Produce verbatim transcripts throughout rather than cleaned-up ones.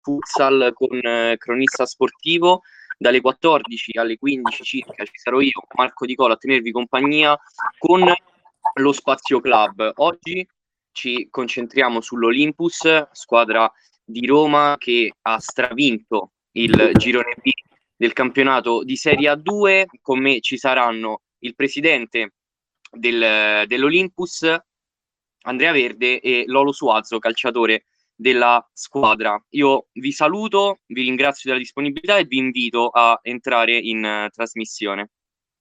futsal con eh, cronista sportivo. Dalle quattordici alle quindici circa ci sarò io, Marco Di Cola, a tenervi compagnia con lo Spazio Club. Oggi ci concentriamo sull'Olympus, squadra di Roma che ha stravinto il girone B del campionato di Serie A due. Con me ci saranno il presidente del, dell'Olympus, Andrea Verde, e Lolo Suazzo, calciatore della squadra. Io vi saluto, vi ringrazio della disponibilità e vi invito a entrare in uh, trasmissione.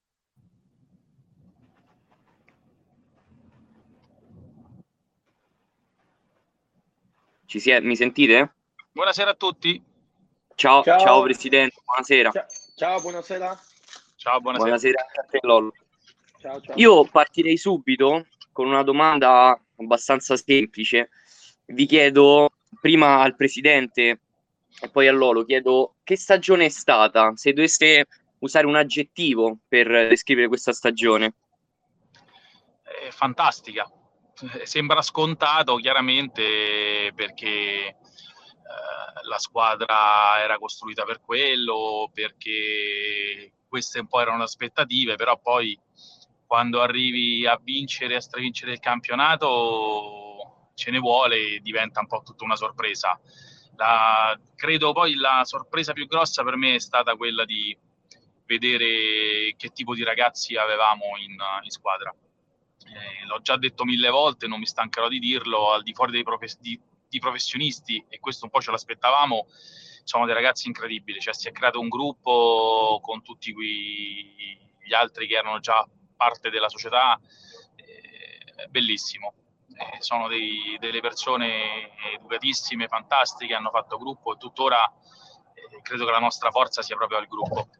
Ci si è, mi sentite? Buonasera a tutti. Ciao, ciao, ciao presidente, buonasera. Ciao, ciao, buonasera. Ciao, buonasera. Buonasera a te, Lolo. Ciao, ciao. Io partirei subito con una domanda abbastanza semplice. Vi chiedo prima al presidente e poi a Lolo, chiedo che stagione è stata, se doveste usare un aggettivo per descrivere questa stagione. È fantastica. Sembra scontato, chiaramente, perché eh, la squadra era costruita per quello, perché queste un po' erano le aspettative, però poi quando arrivi a vincere, a stravincere il campionato, ce ne vuole e diventa un po' tutta una sorpresa. La, credo poi la sorpresa più grossa per me è stata quella di vedere che tipo di ragazzi avevamo in, in squadra. Eh, l'ho già detto mille volte, non mi stancherò di dirlo, al di fuori dei profes- di, di professionisti, e questo un po' ce l'aspettavamo, sono dei ragazzi incredibili, cioè si è creato un gruppo con tutti qui, gli altri che erano già parte della società, eh, bellissimo. Eh, sono dei, delle persone educatissime, fantastiche, hanno fatto gruppo e tuttora eh, credo che la nostra forza sia proprio al gruppo.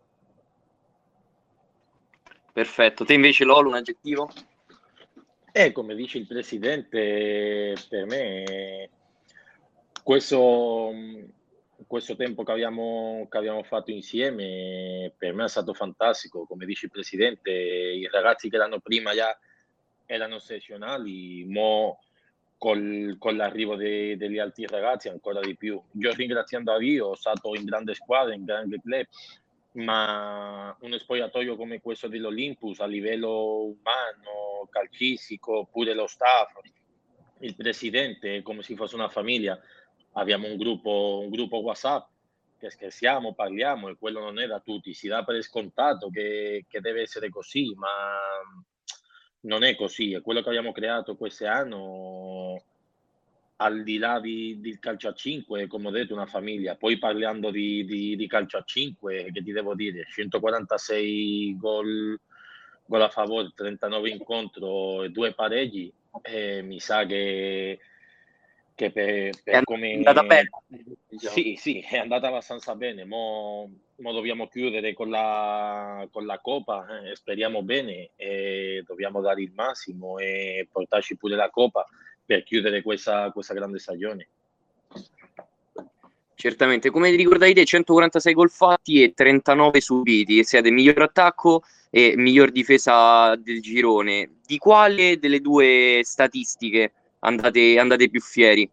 Perfetto, te invece Lolo un aggettivo? E come dice il presidente, per me questo, questo tempo che abbiamo, che abbiamo fatto insieme per me è stato fantastico. Come dice il presidente, i ragazzi che erano prima già erano eccezionali, mo col, con l'arrivo de, degli altri ragazzi ancora di più. Io ringraziando a Dio, sono stato in grande squadra, in grande club, ma uno spogliatoio come questo dell'Olympus a livello umano, calcistico, pure lo staff, il presidente, come se fosse una famiglia. Abbiamo un gruppo, un gruppo WhatsApp che scherziamo, parliamo, e quello non è da tutti. Si dà per scontato che, che deve essere così, ma non è così. È quello che abbiamo creato quest'anno, al di là di, del calcio a cinque, come ho detto, una famiglia. Poi parlando di, di, di calcio a cinque, che ti devo dire, centoquarantasei gol, gol a favore, trentanove incontri e due pareggi, eh, mi sa che, che per, per come... È andata bene. Diciamo. Sì, sì, è andata abbastanza bene. Mo, mo dobbiamo chiudere con la, con la Coppa, eh, speriamo bene, e dobbiamo dare il massimo e portarci pure la Coppa per chiudere questa, questa grande stagione. Certamente, come ricordavi te, centoquarantasei gol fatti e trentanove subiti, siete miglior attacco e miglior difesa del girone. Di quale delle due statistiche andate, andate più fieri?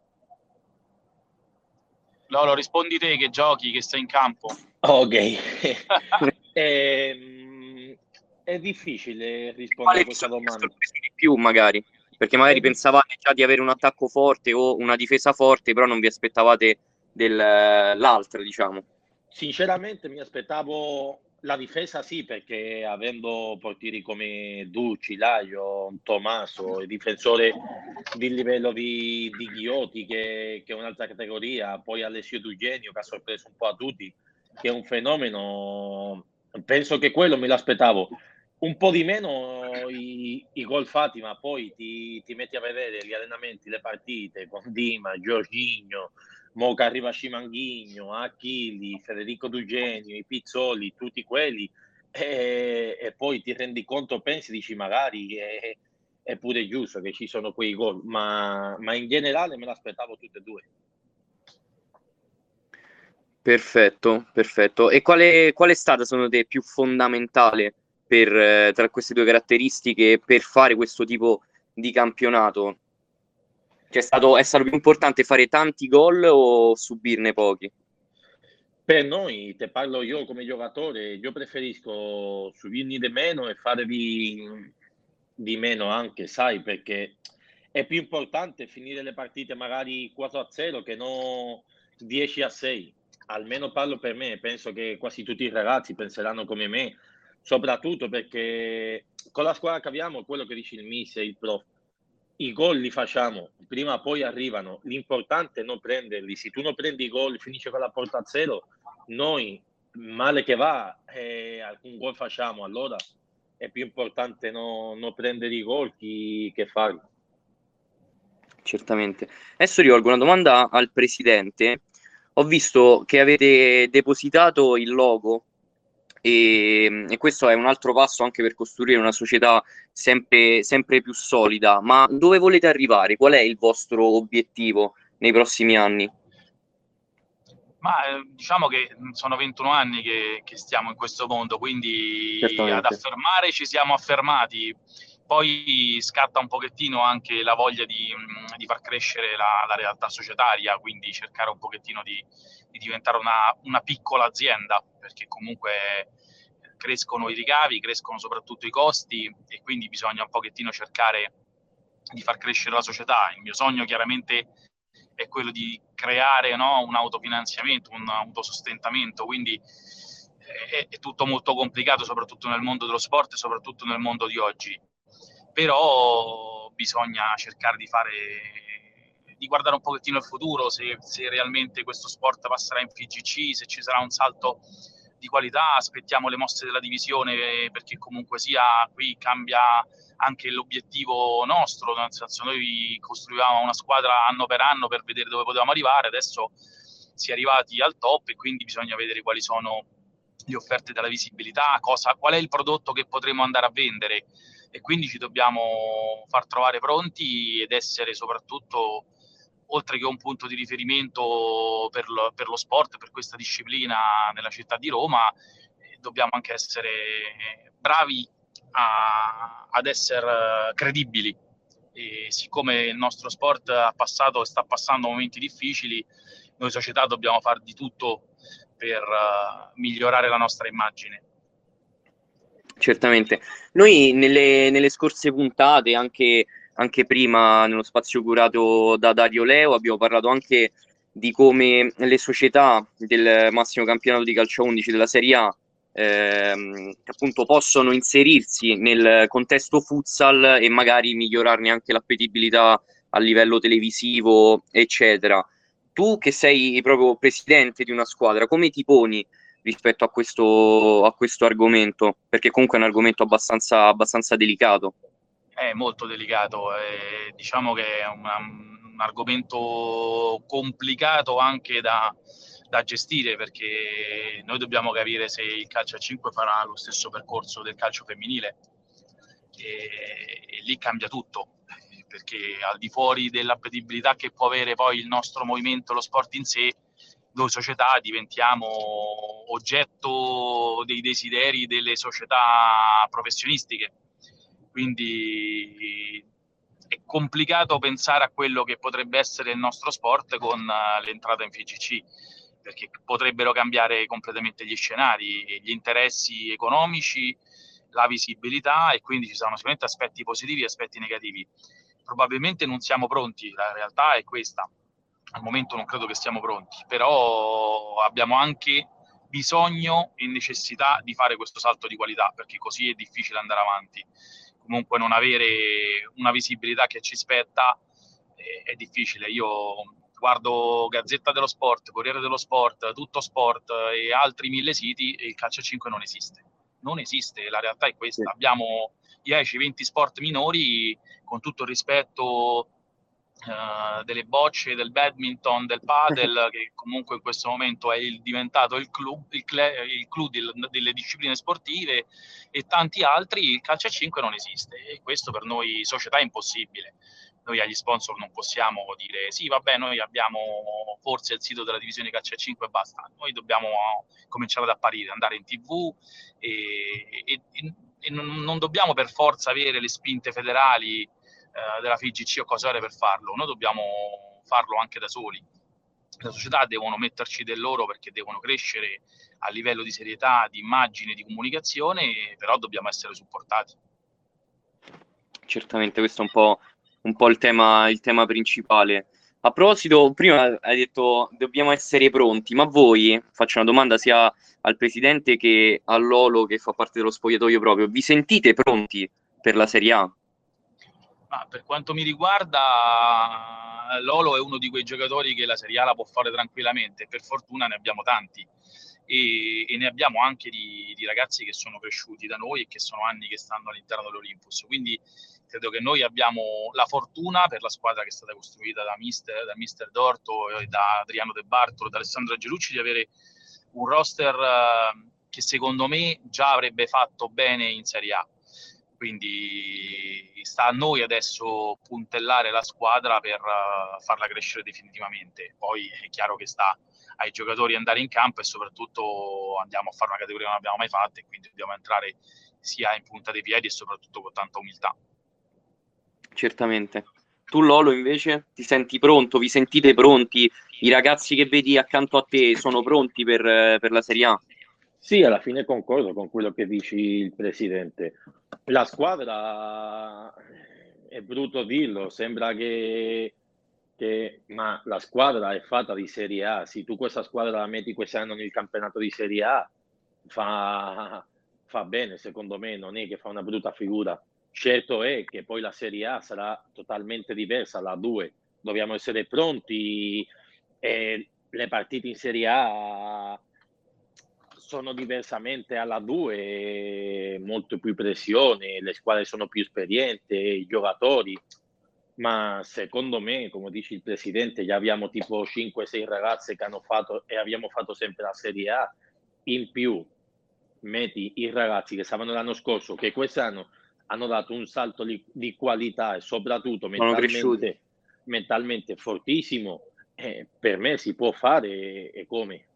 Lolo, rispondi te che giochi, che sei in campo. Ok. è, è difficile rispondere a questa domanda. Di più magari, perché magari è pensavate già di avere un attacco forte o una difesa forte, però non vi aspettavate dell'altro, diciamo. Sinceramente mi aspettavo la difesa, sì, perché avendo portieri come Ducci, Laio, Tommaso, il difensore di livello di, di Ghiotti, che, che è un'altra categoria, poi Alessio Dugenio, che ha sorpreso un po' a tutti, che è un fenomeno, penso che quello me l'aspettavo. Un po' di meno i, i gol fatti, ma poi ti, ti metti a vedere gli allenamenti, le partite con Dima, Giorginio, mo che arriva Scimanghigno, Achilli, Federico Dugenio, i Pizzoli, tutti quelli, e, e poi ti rendi conto, pensi, dici magari è, è pure giusto che ci sono quei gol, ma, ma in generale me l'aspettavo tutte e due. Perfetto, perfetto. E quale, qual è stata, secondo te, più fondamentale per, eh, tra queste due caratteristiche per fare questo tipo di campionato? Cioè, è stato, è stato più importante fare tanti gol o subirne pochi? Per noi, te parlo io come giocatore, io preferisco subirne di meno e fare di, di meno anche, sai, perché è più importante finire le partite magari quattro a zero che no dieci a sei. Almeno parlo per me, penso che quasi tutti i ragazzi penseranno come me, soprattutto perché con la squadra che abbiamo, quello che dice il mister, il prof, i gol li facciamo, prima o poi arrivano, l'importante è non prenderli. Se tu non prendi i gol, finisce con la porta a zero, noi, male che va, eh, alcun gol facciamo, allora è più importante non no prendere i gol che, che farli. Certamente. Adesso rivolgo una domanda al presidente. Ho visto che avete depositato il logo e, e questo è un altro passo anche per costruire una società sempre, sempre più solida. Ma dove volete arrivare? Qual è il vostro obiettivo nei prossimi anni? Ma eh, diciamo che sono ventuno anni che, che stiamo in questo mondo, quindi ad Certamente. affermare ci siamo affermati. Poi scatta un pochettino anche la voglia di, mh, di far crescere la, la realtà societaria, quindi cercare un pochettino di, di diventare una, una piccola azienda, perché comunque crescono i ricavi, crescono soprattutto i costi e quindi bisogna un pochettino cercare di far crescere la società. Il mio sogno chiaramente è quello di creare, no, un autofinanziamento, un autosostentamento, quindi è, è tutto molto complicato, soprattutto nel mondo dello sport e soprattutto nel mondo di oggi. Però bisogna cercare di fare, di guardare un pochettino il futuro, se, se realmente questo sport passerà in F I G C, se ci sarà un salto di qualità, aspettiamo le mosse della divisione, perché comunque sia qui cambia anche l'obiettivo nostro, nel senso noi costruivamo una squadra anno per anno per vedere dove potevamo arrivare, adesso si è arrivati al top e quindi bisogna vedere quali sono le offerte della visibilità, cosa, qual è il prodotto che potremo andare a vendere e quindi ci dobbiamo far trovare pronti ed essere soprattutto, oltre che un punto di riferimento per lo, per lo sport, per questa disciplina nella città di Roma, eh, dobbiamo anche essere bravi a, ad essere credibili. E siccome il nostro sport ha passato e sta passando momenti difficili, noi società dobbiamo fare di tutto per uh, migliorare la nostra immagine. Certamente. Noi nelle, nelle scorse puntate, anche, anche prima nello spazio curato da Dario Leo, abbiamo parlato anche di come le società del massimo campionato di calcio undici della Serie A ehm, appunto possono inserirsi nel contesto futsal e magari migliorarne anche l'appetibilità a livello televisivo, eccetera. Tu che sei proprio presidente di una squadra, come ti poni rispetto a questo, a questo argomento? Perché comunque è un argomento abbastanza, abbastanza delicato. È molto delicato, e diciamo che è una, un argomento complicato anche da, da gestire, perché noi dobbiamo capire se il calcio a cinque farà lo stesso percorso del calcio femminile e, e lì cambia tutto, perché al di fuori dell'appetibilità che può avere poi il nostro movimento, lo sport in sé, noi società diventiamo oggetto dei desideri delle società professionistiche. Quindi è complicato pensare a quello che potrebbe essere il nostro sport con l'entrata in F I G C, perché potrebbero cambiare completamente gli scenari, gli interessi economici, la visibilità, e quindi ci saranno sicuramente aspetti positivi e aspetti negativi. Probabilmente non siamo pronti, la realtà è questa. Al momento non credo che siamo pronti, però abbiamo anche bisogno e necessità di fare questo salto di qualità, perché così è difficile andare avanti. Comunque non avere una visibilità che ci spetta è, è difficile. Io guardo Gazzetta dello Sport, Corriere dello Sport, Tutto Sport e altri mille siti e il calcio a cinque non esiste. Non esiste, la realtà è questa. Abbiamo dieci venti sport minori, con tutto il rispetto Uh, delle bocce, del badminton, del padel, che comunque in questo momento è il, diventato il club, il, cle, il club del, delle discipline sportive, e tanti altri. Il calcio a cinque non esiste e questo per noi società è impossibile. Noi agli sponsor non possiamo dire sì, vabbè, noi abbiamo forse il sito della divisione calcio a cinque e basta. Noi dobbiamo cominciare ad apparire, andare in tv e, e, e non, non dobbiamo per forza avere le spinte federali della F I G C o cose varie per farlo, noi dobbiamo farlo anche da soli. la società devono metterci del loro perché devono crescere a livello di serietà, di immagine, di comunicazione, però dobbiamo essere supportati. Certamente, questo è un po', un po' il tema, il tema principale. A proposito, prima hai detto dobbiamo essere pronti, ma voi, faccio una domanda sia al presidente che a Lolo che fa parte dello spogliatoio proprio, vi sentite pronti per la Serie A? Ma per quanto mi riguarda, Lolo è uno di quei giocatori che la Serie A la può fare tranquillamente, per fortuna ne abbiamo tanti e, e ne abbiamo anche di, di ragazzi che sono cresciuti da noi e che sono anni che stanno all'interno dell'Olympus, quindi credo che noi abbiamo la fortuna per la squadra che è stata costruita da Mister, da Mister Dorto e da Adriano De Bartolo, da Alessandro Gelucci, di avere un roster eh, che secondo me già avrebbe fatto bene in Serie A. Quindi sta a noi adesso puntellare la squadra per uh, farla crescere definitivamente. Poi è chiaro che sta ai giocatori andare in campo e soprattutto andiamo a fare una categoria che non abbiamo mai fatto e quindi dobbiamo entrare sia in punta dei piedi e soprattutto con tanta umiltà. Certamente. Tu Lolo invece ti senti pronto? Vi sentite pronti? I ragazzi che vedi accanto a te sono pronti per, per la Serie A? Sì, alla fine concordo con quello che dici il presidente. La squadra, è brutto dirlo, sembra che, che- ma la squadra è fatta di Serie A. Se tu questa squadra la metti quest'anno nel campionato di Serie A, fa, fa bene, secondo me, non è che fa una brutta figura. Certo è che poi la Serie A sarà totalmente diversa, la due. Dobbiamo essere pronti e le partite in Serie A sono diversamente alla due, molto più pressione, le squadre sono più esperienti, i giocatori, ma secondo me, come dice il presidente, già abbiamo tipo cinque sei ragazze che hanno fatto e abbiamo fatto sempre la Serie A, in più metti i ragazzi che stavano l'anno scorso, che quest'anno hanno dato un salto di, di qualità e soprattutto Sono cresciuti. mentalmente, mentalmente fortissimo, eh, per me si può fare e, e come.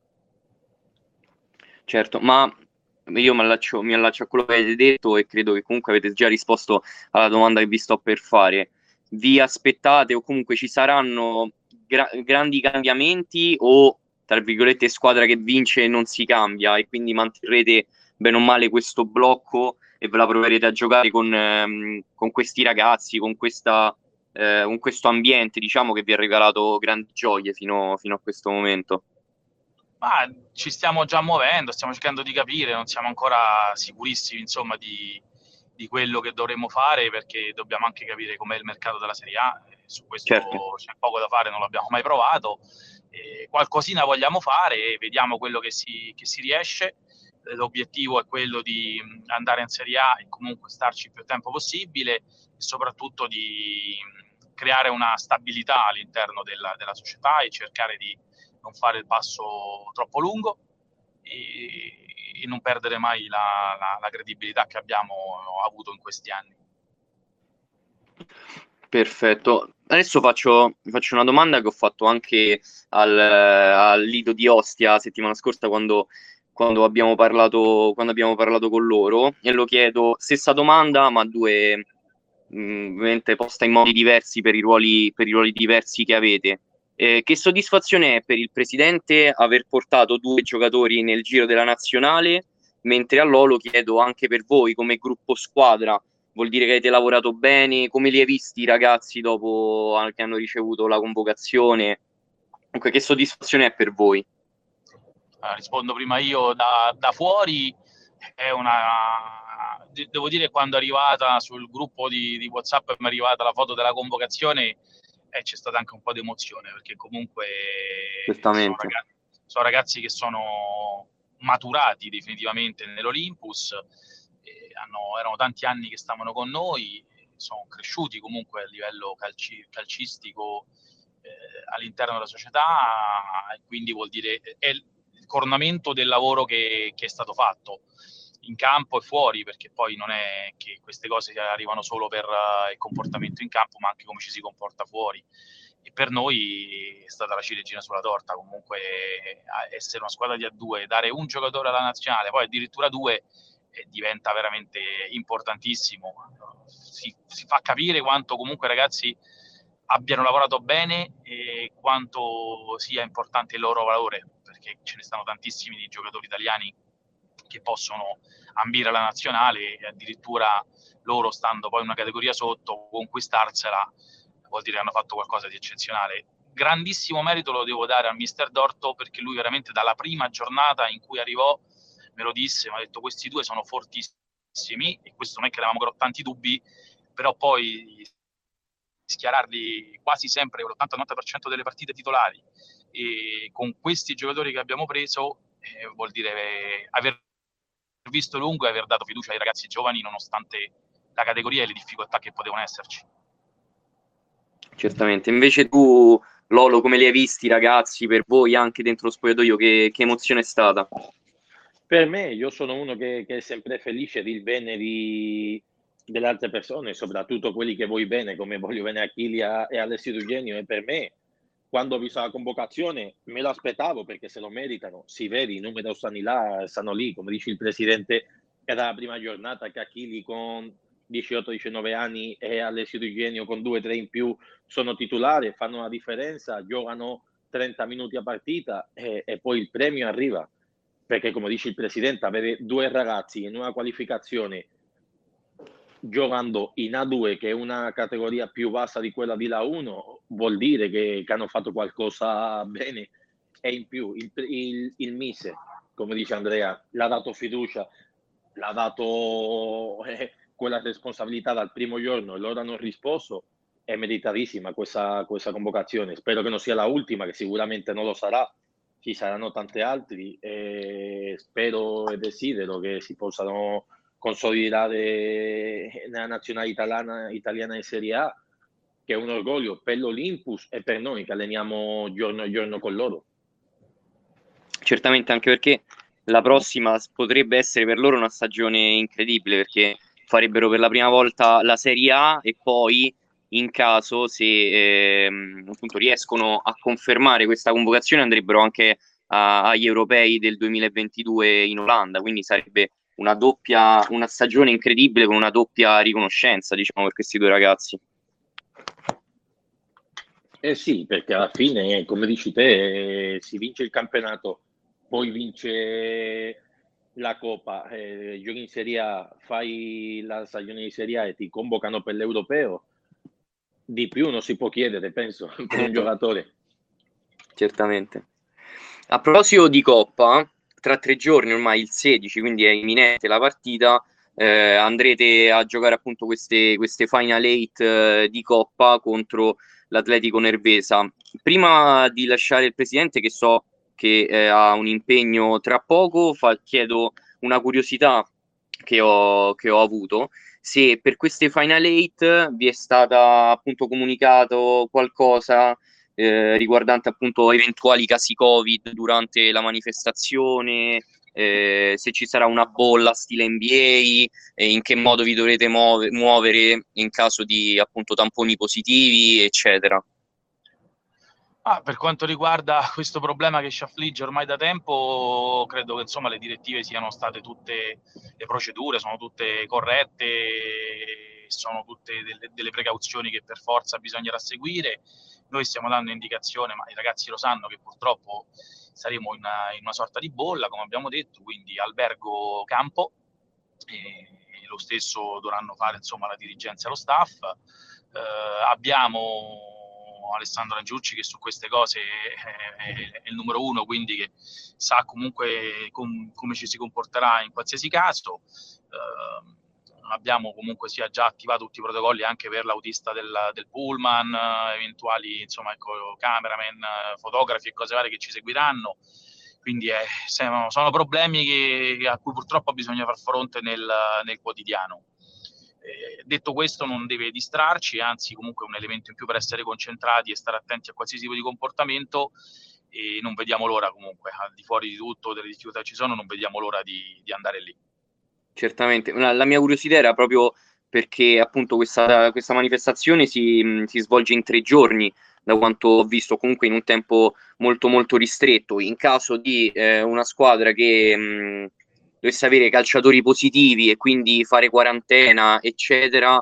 Certo, ma io mi allaccio, mi allaccio a quello che avete detto e credo che comunque avete già risposto alla domanda che vi sto per fare. Vi aspettate o comunque ci saranno gra- grandi cambiamenti o, tra virgolette, squadra che vince e non si cambia e quindi manterrete bene o male questo blocco e ve la proverete a giocare con, ehm, con questi ragazzi, con questa, eh, con questo ambiente, diciamo, che vi ha regalato grandi gioie fino, fino a questo momento? Ma ci stiamo già muovendo, stiamo cercando di capire, non siamo ancora sicurissimi, insomma, di, di quello che dovremmo fare perché dobbiamo anche capire com'è il mercato della Serie A. E su Certo. questo c'è poco da fare, non l'abbiamo mai provato. E qualcosina vogliamo fare e vediamo quello che si, che si riesce. L'obiettivo è quello di andare in Serie A e comunque starci il più tempo possibile e soprattutto di creare una stabilità all'interno della, della società e cercare di non fare il passo troppo lungo e, e non perdere mai la, la, la credibilità che abbiamo avuto in questi anni. Perfetto. Adesso faccio, faccio una domanda che ho fatto anche al, al Lido di Ostia settimana scorsa quando, quando abbiamo parlato, quando abbiamo parlato con loro e lo chiedo, stessa domanda ma due, mh, ovviamente posta in modi diversi per i ruoli, per i ruoli diversi che avete. Eh, che soddisfazione è per il presidente aver portato due giocatori nel giro della nazionale, mentre a Lolo chiedo anche per voi come gruppo squadra, vuol dire che avete lavorato bene, come li hai visti i ragazzi dopo che hanno ricevuto la convocazione? Comunque, che soddisfazione è per voi? Uh, rispondo prima io da, da fuori, è una... devo dire quando è arrivata sul gruppo di, di WhatsApp mi è arrivata la foto della convocazione e c'è stata anche un po' di emozione perché comunque sono Certamente. ragazzi, sono ragazzi che sono maturati definitivamente nell'Olympus, eh, hanno, erano tanti anni che stavano con noi, sono cresciuti comunque a livello calci, calcistico eh, all'interno della società e quindi vuol dire è il coronamento del lavoro che, che è stato fatto in campo e fuori, perché poi non è che queste cose arrivano solo per uh, il comportamento in campo, ma anche come ci si comporta fuori. E per noi è stata la ciliegina sulla torta, comunque essere una squadra di A due, dare un giocatore alla nazionale, poi addirittura due, eh, diventa veramente importantissimo. Si, si fa capire quanto comunque ragazzi abbiano lavorato bene e quanto sia importante il loro valore, perché ce ne stanno tantissimi di giocatori italiani che possono ambire alla nazionale e addirittura loro, stando poi una categoria sotto, conquistarsela vuol dire che hanno fatto qualcosa di eccezionale. Grandissimo merito lo devo dare al mister Dorto, perché lui veramente dalla prima giornata in cui arrivò me lo disse, mi ha detto questi due sono fortissimi, e questo non è che avevamo tanti dubbi, però poi schierarli quasi sempre l'ottanta novanta per cento delle partite titolari e con questi giocatori che abbiamo preso eh, vuol dire aver visto lungo e aver dato fiducia ai ragazzi giovani nonostante la categoria e le difficoltà che potevano esserci. Certamente. Invece tu, Lolo, come li hai visti ragazzi, per voi anche dentro lo spogliatoio, che, che emozione è stata? Per me, io sono uno che, che è sempre felice del bene di, delle altre persone, soprattutto quelli che vuoi bene, come voglio bene a Chilia e Alessio Eugenio, e per me, quando ho visto la convocazione, me lo aspettavo perché se lo meritano, si vede, i numeri stanno là, stanno lì, come dice il presidente, era la prima giornata che Achilli con diciotto diciannove anni e Alessio Eugenio con due tre in più sono titolari, fanno la differenza, giocano trenta minuti a partita e, e poi il premio arriva. Perché come dice il presidente, avere due ragazzi in una qualificazione giocando in A due, che è una categoria più bassa di quella di La uno, vuol dire che, che hanno fatto qualcosa bene. E in più il, il, il Mise, come dice Andrea, l'ha dato fiducia, l'ha dato eh, quella responsabilità dal primo giorno e loro hanno risposto. È meritatissima questa, questa convocazione. Spero che non sia la ultima, che sicuramente non lo sarà. Ci saranno tanti altri e spero e desidero che si possano consolidare nella nazionale italiana, italiana in Serie A, che è un orgoglio per l'Olympus e per noi che alleniamo giorno a giorno con loro. Certamente, anche perché la prossima potrebbe essere per loro una stagione incredibile, perché farebbero per la prima volta la Serie A e poi, in caso, se ehm, appunto riescono a confermare questa convocazione, andrebbero anche a, agli europei del duemilaventidue in Olanda, quindi sarebbe una doppia, una stagione incredibile con una doppia riconoscenza, diciamo, per questi due ragazzi. Eh sì, perché alla fine, come dici te, si vince il campionato, poi vince la Coppa, eh, giochi in Serie A, fai la stagione di Serie A e ti convocano per l'Europeo. Di più non si può chiedere, penso, per un giocatore. Certamente. A proposito di Coppa, tra tre giorni ormai il sedici, quindi è imminente la partita, eh, andrete a giocare appunto queste, queste Final Eight eh, di Coppa contro l'Atletico Nervesa. Prima di lasciare il presidente, che so che eh, ha un impegno tra poco, fa, chiedo una curiosità che ho, che ho avuto, se per queste Final Eight vi è stata appunto comunicato qualcosa eh, riguardante appunto eventuali casi Covid durante la manifestazione, eh, se ci sarà una bolla stile N B A, e in che modo vi dovrete muove, muovere in caso di appunto tamponi positivi, eccetera. Ah, per quanto riguarda questo problema che ci affligge ormai da tempo, credo che insomma le direttive siano state tutte, le procedure sono tutte corrette, sono tutte delle, delle precauzioni che per forza bisognerà seguire. Noi stiamo dando indicazione, ma i ragazzi lo sanno, che purtroppo saremo in una, in una sorta di bolla, come abbiamo detto, quindi albergo campo, e, e lo stesso dovranno fare insomma la dirigenza e lo staff. Eh, abbiamo Alessandro Angiucci che su queste cose è, è, è il numero uno, quindi che sa comunque com, come ci si comporterà in qualsiasi caso. Eh, abbiamo comunque sia già attivato tutti i protocolli anche per l'autista del, del pullman, eventuali insomma ecco, cameraman, fotografi e cose varie che ci seguiranno. Quindi eh, sono, sono problemi che, a cui purtroppo bisogna far fronte nel, nel quotidiano. Eh, detto questo, non deve distrarci, anzi comunque è un elemento in più per essere concentrati e stare attenti a qualsiasi tipo di comportamento, e non vediamo l'ora comunque, al di fuori di tutto, delle difficoltà che ci sono, non vediamo l'ora di, di andare lì. Certamente, la, la mia curiosità era proprio perché appunto questa, questa manifestazione si, si svolge in tre giorni, da quanto ho visto, comunque in un tempo molto molto ristretto. In caso di eh, una squadra che mh, dovesse avere calciatori positivi e quindi fare quarantena, eccetera,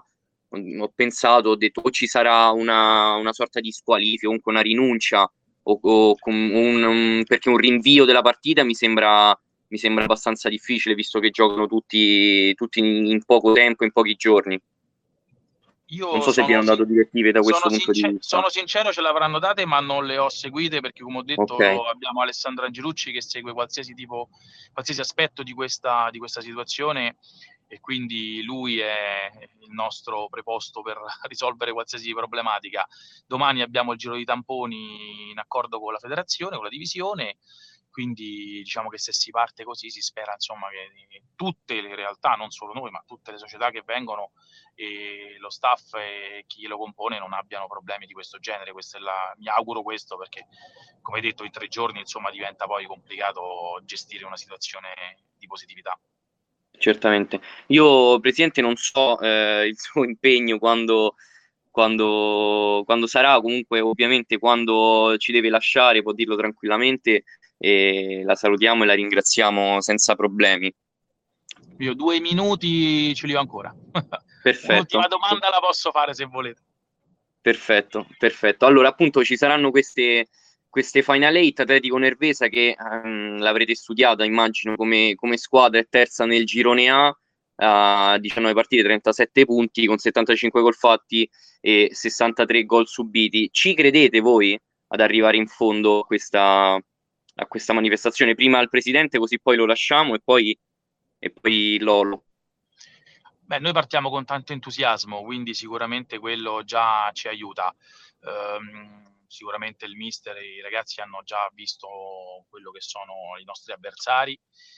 ho pensato, ho detto o ci sarà una, una sorta di squalifica, comunque una rinuncia, o, o con un, un- perché un rinvio della partita mi sembra, mi sembra abbastanza difficile, visto che giocano tutti, tutti in, in poco tempo, in pochi giorni. Non Io so se vi sono, hanno si- dato direttive da questo sono, punto di sincer- vista. sono sincero, ce l'avranno date, ma non le ho seguite perché, come ho Ok, detto, abbiamo Alessandro Angelucci che segue qualsiasi tipo, qualsiasi aspetto di questa, di questa situazione, e quindi lui è il nostro preposto per risolvere qualsiasi problematica. Domani abbiamo il giro di tamponi in accordo con la federazione, con la divisione. Quindi diciamo che se si parte così si spera, insomma, che tutte le realtà, non solo noi, ma tutte le società che vengono, e lo staff e chi lo compone non abbiano problemi di questo genere. Questo è la, mi auguro questo, perché come detto in tre giorni, insomma, diventa poi complicato gestire una situazione di positività. certamente. Io, Presidente, non so eh, il suo impegno quando, quando, quando sarà, comunque ovviamente quando ci deve lasciare può dirlo tranquillamente, e la salutiamo e la ringraziamo senza problemi. Io due minuti ce li ho ancora. Perfetto, Un'ultima domanda la posso fare se volete. perfetto, perfetto. Allora, appunto, ci saranno queste, queste Final Eight. Atletico Nervesa che ehm, l'avrete studiata, immagino, come, come squadra, è terza nel girone A, a diciannove partite, trentasette punti, con settantacinque gol fatti e sessantatré gol subiti. Ci credete voi ad arrivare in fondo a questa, a questa manifestazione? Prima al Presidente, così poi lo lasciamo, e poi, e poi Lolo. Beh, noi partiamo con tanto entusiasmo, quindi sicuramente quello già ci aiuta. Ehm, sicuramente il mister e i ragazzi hanno già visto quello che sono i nostri avversari,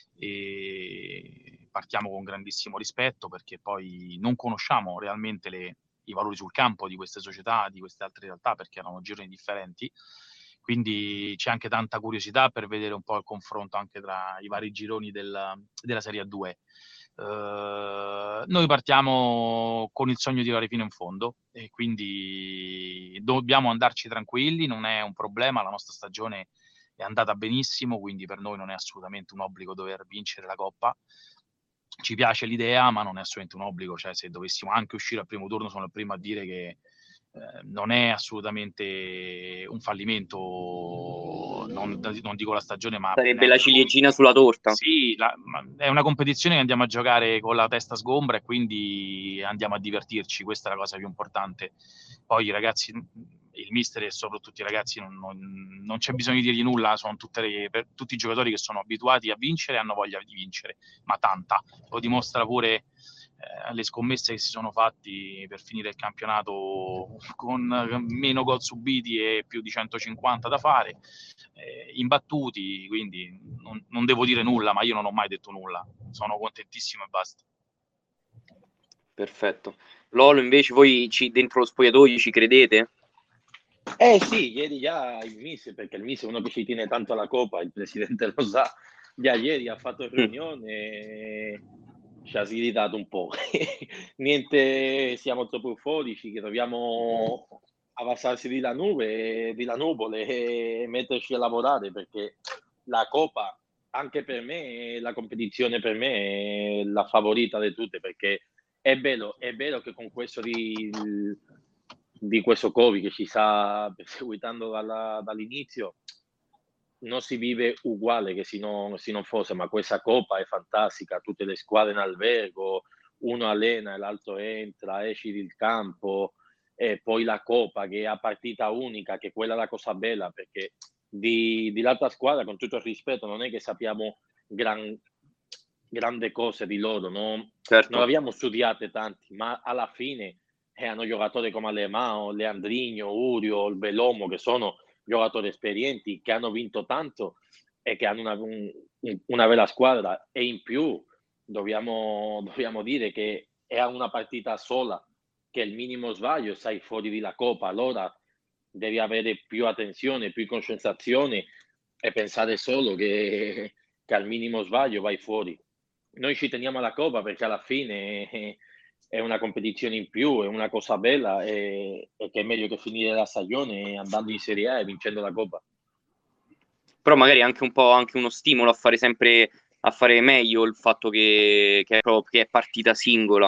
e partiamo con grandissimo rispetto, perché poi non conosciamo realmente le, i valori sul campo di queste società, di queste altre realtà, perché erano gironi differenti. Quindi c'è anche tanta curiosità per vedere un po' il confronto anche tra i vari gironi del, della Serie A due. Uh, noi partiamo con il sogno di arrivare fino in fondo, e quindi dobbiamo andarci tranquilli, non è un problema, la nostra stagione è andata benissimo, quindi per noi non è assolutamente un obbligo dover vincere la Coppa. Ci piace l'idea, ma non è assolutamente un obbligo, cioè se dovessimo anche uscire al primo turno sono il primo a dire che eh, non è assolutamente un fallimento, non, non dico la stagione, ma Sarebbe la neanche la ciliegina sulla torta. sì, la, è una competizione che andiamo a giocare con la testa sgombra, e quindi andiamo a divertirci, questa è la cosa più importante. Poi i ragazzi, il mister e soprattutto i ragazzi, non, non, non c'è bisogno di dirgli nulla, sono tutte le, per, tutti i giocatori che sono abituati a vincere e hanno voglia di vincere, ma tanta. Lo dimostra pure eh, le scommesse che si sono fatti per finire il campionato con meno gol subiti e più di centocinquanta da fare, eh, imbattuti, quindi non, non devo dire nulla, ma io non ho mai detto nulla, sono contentissimo e basta. Perfetto. Lolo, invece, voi ci, dentro lo spogliatoio ci credete? Eh sì, ieri già il Mister, perché il Mister è uno che ci tiene tanto alla Coppa, il Presidente lo sa, già ieri ha fatto riunione e ci ha sgridato un po'. Niente, siamo troppo euforici, che dobbiamo abbassarsi di la nube, di la nuvole e metterci a lavorare, perché la Coppa, anche per me, la competizione per me è la favorita di tutte, perché è bello, è vero che con questo di, di questo Covid che ci sta perseguitando dalla, dall'inizio non si vive uguale che se non, se non fosse, ma questa Coppa è fantastica, tutte le squadre in albergo, uno allena e l'altro entra, esci del campo, e poi la Coppa che è a partita unica, che quella è la cosa bella, perché di, di l'altra squadra, con tutto il rispetto, non è che sappiamo gran, grandi cose di loro, no? Non Certo. abbiamo studiate tanti, ma alla fine eh, hanno giocatori come Alemao, Leandrino, Urio, il Belomo, che sono giocatori esperienti, che hanno vinto tanto e che hanno una, un, una bella squadra. E in più dobbiamo, dobbiamo dire che è una partita sola, che il minimo sbaglio sai fuori dalla Coppa, allora devi avere più attenzione, più concentrazione e pensare solo che, che al minimo sbaglio vai fuori. Noi ci teniamo alla Coppa perché alla fine è, è una competizione in più, è una cosa bella, e, e che è meglio che finire la stagione andando in Serie A e vincendo la Coppa. Però magari anche un po' anche uno stimolo a fare sempre a fare meglio il fatto che, che, è, proprio, che è partita singola,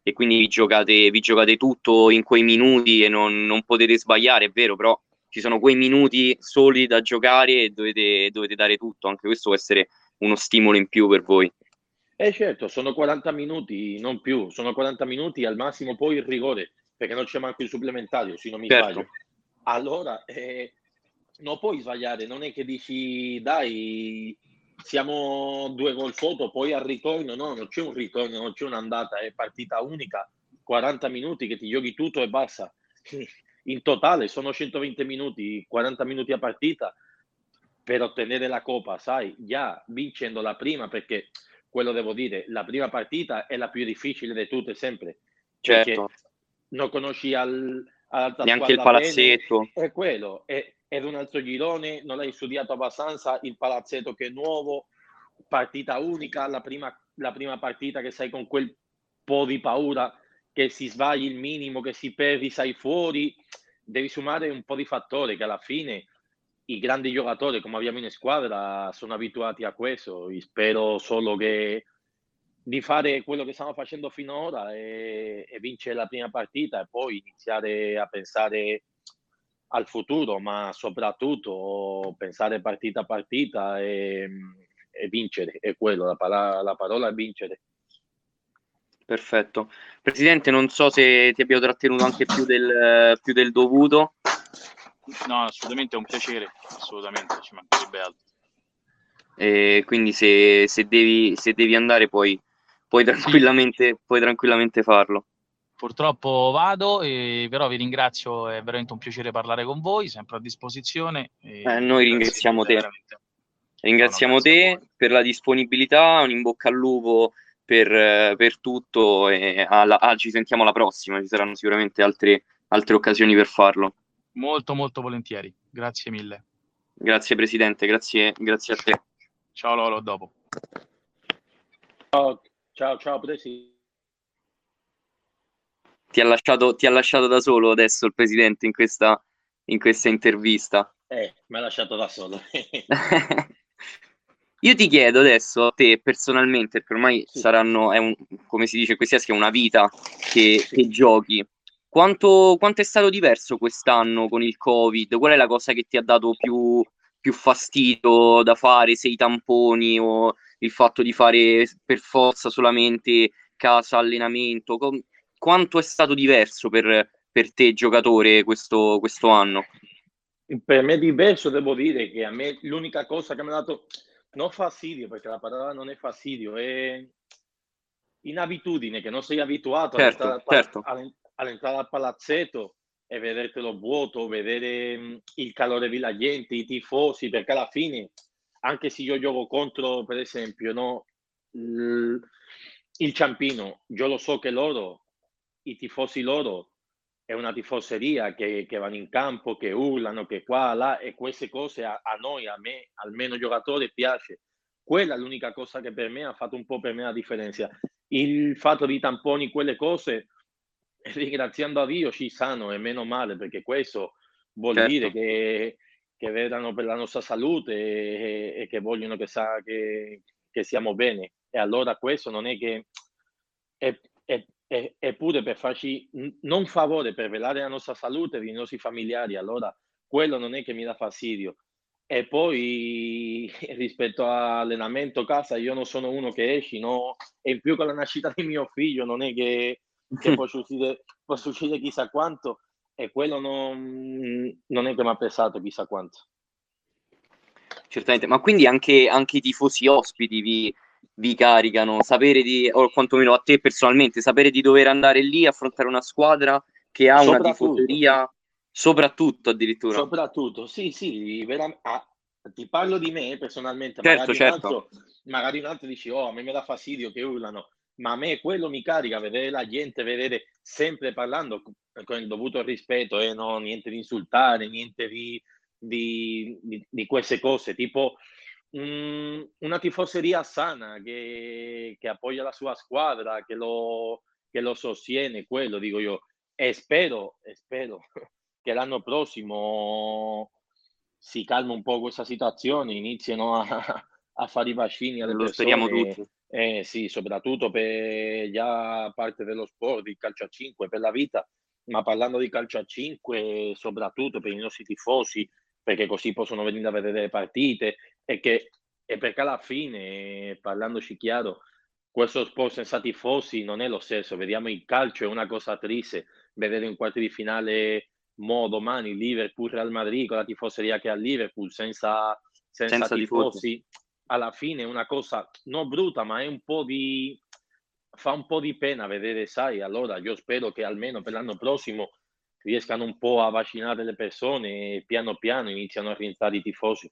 e quindi vi giocate, vi giocate tutto in quei minuti e non, non potete sbagliare, è vero, però ci sono quei minuti soli da giocare e dovete, dovete dare tutto, anche questo può essere uno stimolo in più per voi. Eh certo, sono quaranta minuti, non più, sono quaranta minuti al massimo poi il rigore, perché non c'è manco il supplementario, se non mi Certo. sbaglio. Allora, eh, non puoi sbagliare, non è che dici dai, siamo due gol sotto, poi al ritorno, no, non c'è un ritorno, non c'è un'andata, è partita unica, quaranta minuti che ti giochi tutto e basta. In totale sono centoventi minuti, quaranta minuti a partita per ottenere la Coppa, sai, già vincendo la prima, perché quello devo dire, la prima partita è la più difficile di tutte sempre, perché Certo, non conosci al, all'altra neanche il squadra bene, palazzetto. è quello, è, è un altro girone, non hai studiato abbastanza, il palazzetto che è nuovo, partita unica, la prima, la prima partita che sei con quel po' di paura, che si sbagli il minimo, che si perdi, sei fuori, devi sommare un po' di fattori che alla fine i grandi giocatori come abbiamo in squadra sono abituati a questo. Io spero solo che di fare quello che stiamo facendo finora e, e vincere la prima partita e poi iniziare a pensare al futuro, ma soprattutto pensare partita a partita e, e vincere. È quello, la, parola, la parola è vincere. Perfetto. Presidente, non so se ti abbiamo trattenuto anche più del, più del dovuto. No, assolutamente è un piacere, assolutamente, ci mancherebbe altro. E quindi se, se, devi, se devi andare puoi, puoi, tranquillamente, sì. puoi tranquillamente farlo. Purtroppo vado, e, però vi ringrazio, è veramente un piacere parlare con voi, sempre a disposizione. E eh, noi ringraziamo te. Veramente. Ringraziamo no, no, te per la disponibilità, un in bocca al lupo per, per tutto e alla, ah, ci sentiamo alla prossima, ci saranno sicuramente altre, altre occasioni per farlo. Molto molto volentieri, grazie mille. Grazie Presidente, grazie, grazie a te. Ciao Lolo, a dopo. Ciao, ciao, ciao Presidente. Ti ha lasciato, ti ha lasciato da solo adesso il Presidente in questa, in questa intervista. Eh, mi ha lasciato da solo. Io ti chiedo adesso a te personalmente, perché ormai Sì. saranno, è un, come si dice, questa è una vita che, Sì. che giochi. Quanto, quanto è stato diverso quest'anno con il Covid? Qual è la cosa che ti ha dato più, più fastidio da fare, se i tamponi o il fatto di fare per forza solamente casa, allenamento? Com- quanto è stato diverso per, per te, giocatore, questo, questo anno? Per me diverso, devo dire che a me l'unica cosa che mi ha dato, non fastidio, perché la parola non è fastidio, è inabitudine, che non sei abituato Certo, all'entrare al, certo. all'entrare al palazzetto e vedertelo vuoto, vedere il calore della gente, i tifosi, perché alla fine, anche se io gioco contro, per esempio, no, il, il Ciampino, io lo so che loro, i tifosi loro, è una tifoseria che, che vanno in campo, che urlano, che qua, là, e queste cose a, a noi, a me, almeno giocatore, piace. Quella è l'unica cosa che per me ha fatto un po' per me la differenza. Il fatto di tamponi, quelle cose, ringraziando a Dio, ci sanno e meno male, perché questo vuol Certo. dire che, che vedano per la nostra salute e, e che vogliono che, sa, che, che siamo bene. E allora questo non è che è, è, è, è pure per farci non favore, per velare la nostra salute dei nostri familiari. Allora quello non è che mi dà fastidio. E poi rispetto all'allenamento casa, io non sono uno che esci, no? E in più con la nascita di mio figlio non è che, che può, succedere, può succedere chissà quanto, e quello non, non è che mi ha pesato chissà quanto. Certamente, ma quindi anche, anche i tifosi ospiti vi, vi caricano, sapere di, o quantomeno a te personalmente, sapere di dover andare lì a affrontare una squadra che ha una tifoseria, soprattutto addirittura. Soprattutto, sì, sì, vera- ah, ti parlo di me personalmente, Certo, magari, certo. un altro, magari un altro dici, oh, a me mi dà fastidio che urlano, ma a me quello mi carica, vedere la gente, vedere sempre parlando con il dovuto rispetto, e eh, no, niente di insultare, niente di, di, di, di queste cose, tipo mh, una tifoseria sana che, che appoggia la sua squadra, che lo, che lo sostiene, quello dico io, e spero, e spero che l'anno prossimo si calma un po' questa situazione, iniziano a, a fare i vaccini alle Lo speriamo persone tutti. Eh sì, soprattutto per già parte dello sport, il calcio a cinque, per la vita, ma parlando di calcio a cinque, soprattutto per i nostri tifosi, perché così possono venire a vedere le partite e che e perché alla fine, parlandoci chiaro, questo sport senza tifosi non è lo stesso. Vediamo il calcio, è una cosa triste, vedere in quarti di finale mo domani Liverpool-Real Madrid con la tifoseria che ha Liverpool senza senza senza tifosi. tifosi, alla fine è una cosa non brutta, ma è un po' di fa un po' di pena vedere, sai, allora io spero che almeno per l'anno prossimo riescano un po' a vaccinare le persone e piano piano iniziano a rientrare i tifosi.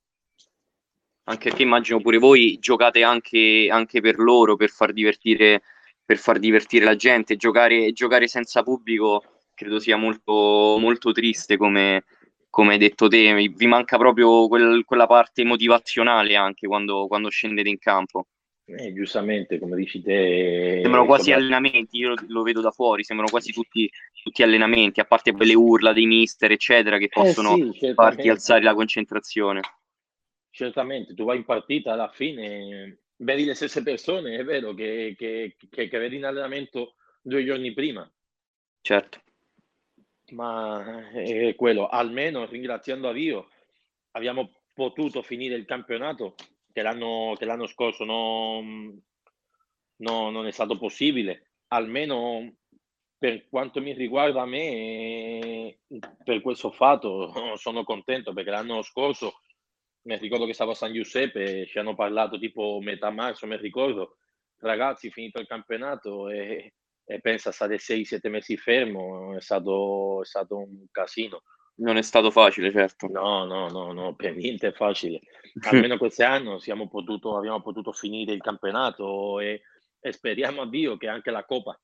Anche perché immagino pure voi giocate anche, anche per loro, per far divertire, per far divertire la gente. Giocare, giocare senza pubblico credo sia molto, molto triste, come, come hai detto te. Vi vi manca proprio quel- quella parte motivazionale anche quando, quando scendete in campo. Eh, giustamente, come dici te, Sembrano eh, quasi sopra allenamenti, io lo, lo vedo da fuori, sembrano quasi tutti, tutti allenamenti, a parte quelle urla dei mister, eccetera, che eh possono sì, farti certamente. alzare la concentrazione. Certamente, tu vai in partita alla fine, vedi le stesse persone, è vero, che che che che vedi in allenamento due giorni prima, Certo. ma è quello. Almeno ringraziando a Dio abbiamo potuto finire il campionato che l'anno che l'anno scorso non no non è stato possibile. Almeno per quanto mi riguarda a me, per questo fatto sono contento perché l'anno scorso mi ricordo che stavo a San Giuseppe, ci hanno parlato tipo metà marzo, mi ricordo: "Ragazzi, finito il campionato", e e pensa stare sei, sette mesi fermo, è stato è stato un casino. Non è stato facile, certo. No, no, no, no, per niente è facile. Almeno quest'anno siamo potuto abbiamo potuto finire il campionato e e speriamo a Dio che anche la coppa.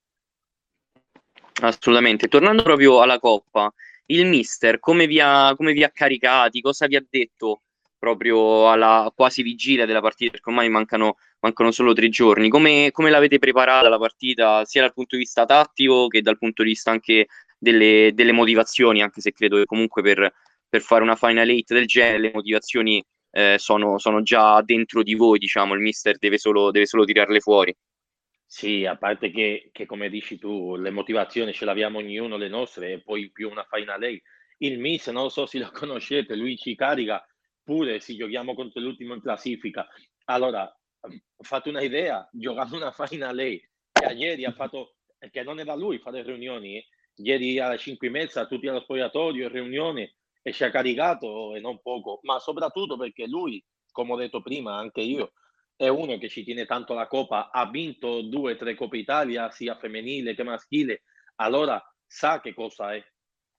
Assolutamente. Tornando proprio alla Coppa, il mister come vi ha come vi ha caricati? Cosa vi ha detto proprio alla quasi vigilia della partita? Perché ormai mancano mancano solo tre giorni. Come come l'avete preparata la partita, sia dal punto di vista tattico che dal punto di vista anche delle delle motivazioni, anche se credo che comunque per per fare una final eight del genere le motivazioni, ehm, sono sono già dentro di voi, diciamo, il mister deve solo deve solo tirarle fuori. Sì, a parte che che come dici tu, le motivazioni ce l'abbiamo ognuno le nostre e poi in più una fai lei. Il Miss, non so se lo conoscete, lui ci carica pure se giochiamo contro l'ultimo in classifica. Allora, mhmm, fate una idea, giocando una final lei, che ieri ha fatto e che non è da lui fare riunioni, eh. Ieri alle cinque e mezza tutti allo spogliatoio, riunione e ci ha caricato e non poco, ma soprattutto perché lui, come ho detto prima anche io, è uno che ci tiene tanto alla Coppa, ha vinto due, tre Coppe Italia, sia femminile che maschile, allora sa che cosa è,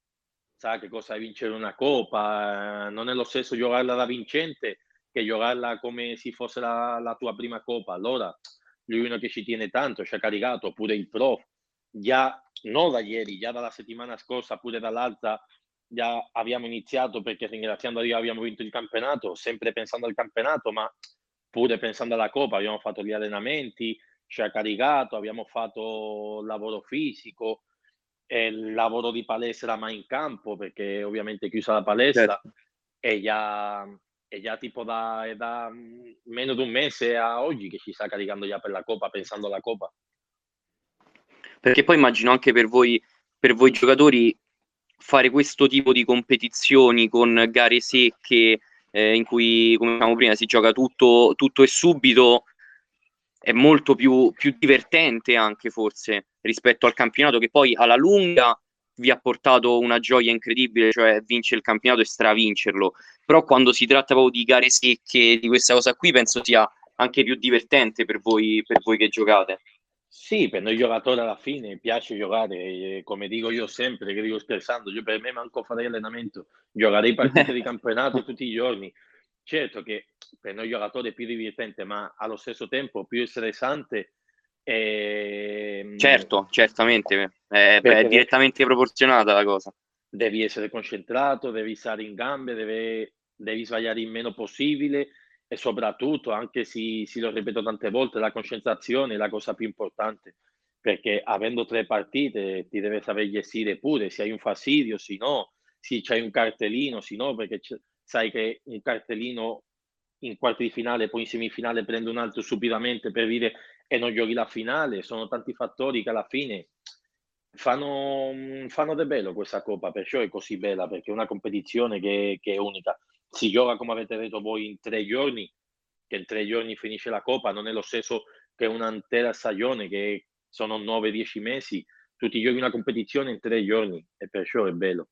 sa che cosa è vincere una Coppa, non è lo stesso giocarla da vincente che giocarla come se fosse la la tua prima Coppa. Allora lui è uno che ci tiene tanto, ci ha caricato, pure il prof, già non da ieri, già dalla settimana scorsa, pure dall'altra, già abbiamo iniziato perché ringraziando Dio abbiamo vinto il campionato, sempre pensando al campionato, ma pure pensando alla Coppa, abbiamo fatto gli allenamenti, ci ha caricato, abbiamo fatto lavoro fisico, e il lavoro di palestra ma in campo, perché ovviamente è chiusa la palestra Certo. e già è già tipo da è da, mhmm, meno di un mese a oggi che ci sta caricando già per la Coppa, pensando alla Coppa. Perché poi immagino anche per voi per voi giocatori fare questo tipo di competizioni con gare secche, ehm, in cui, come dicevamo prima, si gioca tutto tutto e subito, è molto più più divertente anche forse, rispetto al campionato che poi alla lunga vi ha portato una gioia incredibile, cioè vincere il campionato e stravincerlo. Però quando si tratta proprio di gare secche, di questa cosa qui, penso sia anche più divertente per voi per voi che giocate. Sì, per noi giocatori alla fine piace giocare, e come dico io sempre, che dico scherzando, io per me manco farei allenamento, giocherei partite di campionato tutti i giorni. Certo che per noi giocatori è più divertente, ma allo stesso tempo più stressante, ehm, Certo, certamente, è è perché de direttamente proporzionata la cosa. devi essere concentrato, devi stare in gambe, deve devi sbagliare il meno possibile e soprattutto, anche se se lo ripeto tante volte, la concentrazione è la cosa più importante, perché avendo tre partite ti deve saper gestire pure, se hai un fastidio, se no, se c'hai un cartellino, se no perché c sai che un cartellino in quarti di finale, poi in semifinale prende un altro subitamente per dire e non giochi la finale. Sono tanti fattori che alla fine fanno, fanno del bello questa Coppa, perciò è così bella, perché è una competizione che, che è unica. Si gioca, come avete detto voi, in tre giorni, che in tre giorni finisce la Coppa, non è lo stesso che un'intera stagione, che sono nove dieci mesi, tutti giochi una competizione in tre giorni, e perciò è bello.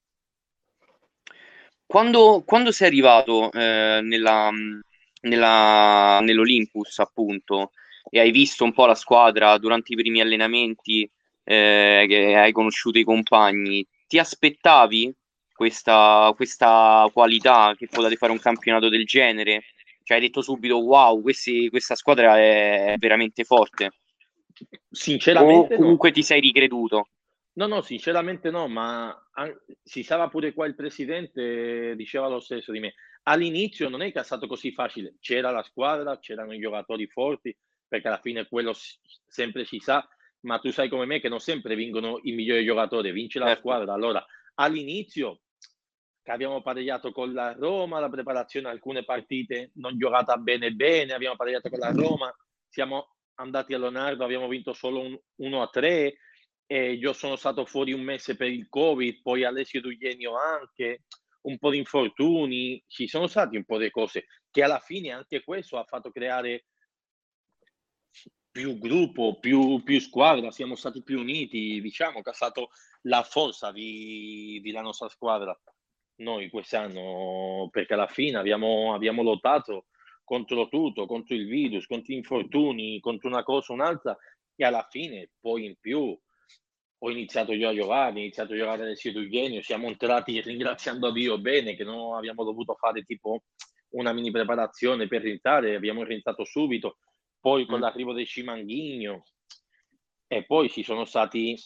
Quando, quando sei arrivato eh, nella, nella- nell'Olympus, appunto, e hai visto un po' la squadra durante i primi allenamenti, eh, che hai conosciuto i compagni, ti aspettavi questa, questa qualità che potete fare un campionato del genere? Cioè, hai detto subito, wow, questi- questa squadra è veramente forte. O Sinceramente no. comunque ti sei ricreduto? No, no, sinceramente no, ma an- si stava pure qua il presidente, diceva lo stesso di me. All'inizio non è che è stato così facile, c'era la squadra, c'erano i giocatori forti, perché alla fine quello s- sempre si sa, ma tu sai come me che non sempre vincono i migliori giocatori, vince la Certo. squadra. Allora, all'inizio che abbiamo pareggiato con la Roma, la preparazione, alcune partite non giocata bene bene, abbiamo pareggiato con la Roma, siamo andati a Leonardo, abbiamo vinto solo un uno a tre, e io sono stato fuori un mese per il Covid, poi Alessio Dugenio anche, un po' di infortuni, ci sono stati un po' di cose che alla fine anche questo ha fatto creare più gruppo, più, più squadra, siamo stati più uniti, diciamo che è stata la forza di, della nostra squadra noi quest'anno, perché alla fine abbiamo, abbiamo lottato contro tutto, contro il virus, contro gli infortuni, contro una cosa o un'altra, e alla fine poi in più ho iniziato io a giocare, ho iniziato a giocare nel sito Eugenio, siamo entrati ringraziando a Dio bene che non abbiamo dovuto fare tipo una mini preparazione per rientrare, abbiamo rientrato subito, poi con Mm. l'arrivo del Cimanghigno, e poi ci sono stati,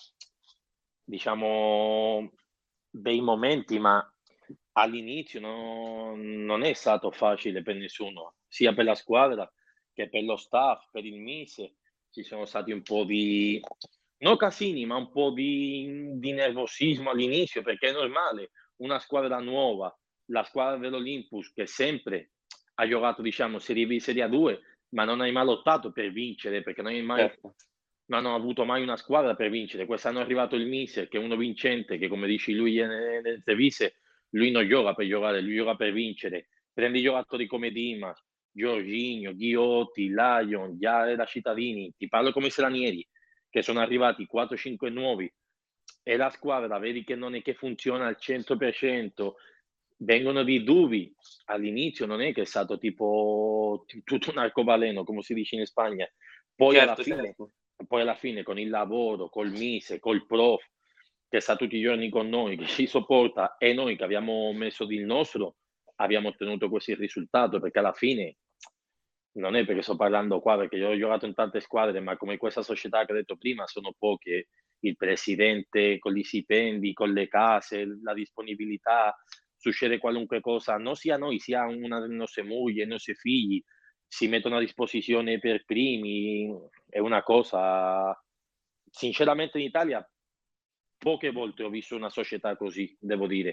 diciamo, dei momenti, ma all'inizio no, non è stato facile per nessuno, sia per la squadra che per lo staff, per il Mise. Ci sono stati un po' di, non casini, ma un po' di, di nervosismo all'inizio, perché è normale, una squadra nuova, la squadra dell'Olympus, che sempre ha giocato, diciamo, Serie B, Serie A due, ma non hai mai lottato per vincere, perché non hai mai, Certo. non hanno avuto mai una squadra per vincere. Quest'anno è arrivato il Miser, che è uno vincente, che come dici lui nelle nelle interviste, lui non gioca per giocare, lui gioca per vincere. Prendi giocatori come Dima, Giorginio, Ghiotti, Lion, Giare Cittadini, ti parlo come stranieri, che sono arrivati quattro cinque nuovi, e la squadra vedi che non è che funziona al cento per cento, vengono di dubbi. All'inizio non è che è stato tipo tutto un arcobaleno, come si dice in Spagna, poi alla Certo, fine, certo. poi alla fine con il lavoro, col Mise, col prof, che sta tutti i giorni con noi, che ci sopporta, e noi che abbiamo messo del nostro, abbiamo ottenuto questo risultato, perché alla fine non è perché sto parlando qua, perché io ho giocato in tante squadre, ma come questa società che ho detto prima, sono poche. Il presidente con gli stipendi, con le case, la disponibilità, succede qualunque cosa, non sia noi, sia una delle nostre mogli, i nostri figli, si mettono a disposizione per primi, è una cosa, sinceramente in Italia poche volte ho visto una società così, devo dire,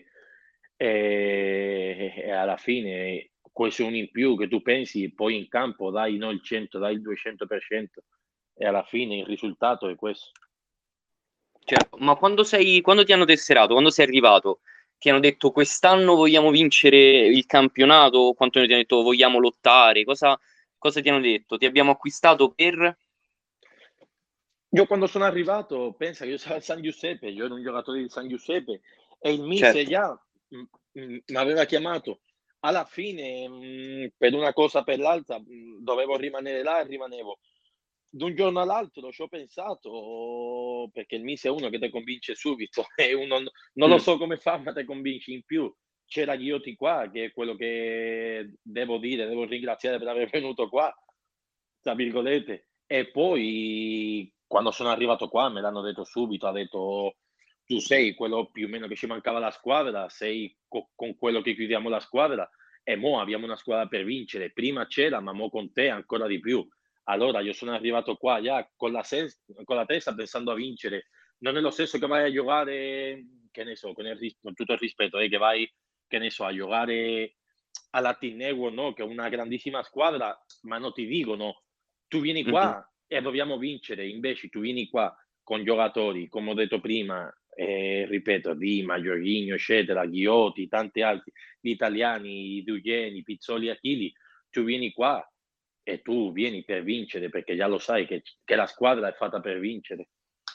e, e alla fine questo è un in più che tu pensi, poi in campo dai non il cento, dai il duecento per cento, e alla fine il risultato è questo. Certo, ma quando sei, quando ti hanno tesserato, quando sei arrivato, ti hanno detto quest'anno vogliamo vincere il campionato? Quanto ti hanno detto vogliamo lottare? Cosa, cosa ti hanno detto? Ti abbiamo acquistato per... Io quando sono arrivato, pensa che io sono al San Giuseppe, io ero un giocatore di San Giuseppe, e il Mise Certo. già mi aveva chiamato. Alla fine, mh, per una cosa o per l'altra, mh, dovevo rimanere là e rimanevo. Da un giorno all'altro ci ho pensato, perché il Mise è uno che ti convince subito, e uno non lo Mm. so come fa, ma ti convinci in più. C'era Ghiotti qua, che è quello che devo dire, devo ringraziare per aver venuto qua, tra virgolette. E poi quando sono arrivato qua me l'hanno detto subito, ha detto tu sei quello più o meno che ci mancava la squadra, sei co- con quello che chiudiamo la squadra, e mo abbiamo una squadra per vincere. Prima c'era, ma mo con te ancora di più. Allora io sono arrivato qua già con la, ses- con la testa pensando a vincere. Non è lo stesso che vai a giocare, che ne so, con, il ris- con tutto il rispetto, eh, che vai, che ne so, a giocare alla Team Network, no? Che è una grandissima squadra, ma non ti dicono tu vieni Mhm. qua e dobbiamo vincere, invece tu vieni qua con giocatori, come ho detto prima, eh, ripeto, Dima, Jorginho, eccetera, Ghiotti, tanti altri, gli italiani, i Dugeni, Pizzoli, Achilli, tu vieni qua e tu vieni per vincere, perché già lo sai che, che la squadra è fatta per vincere.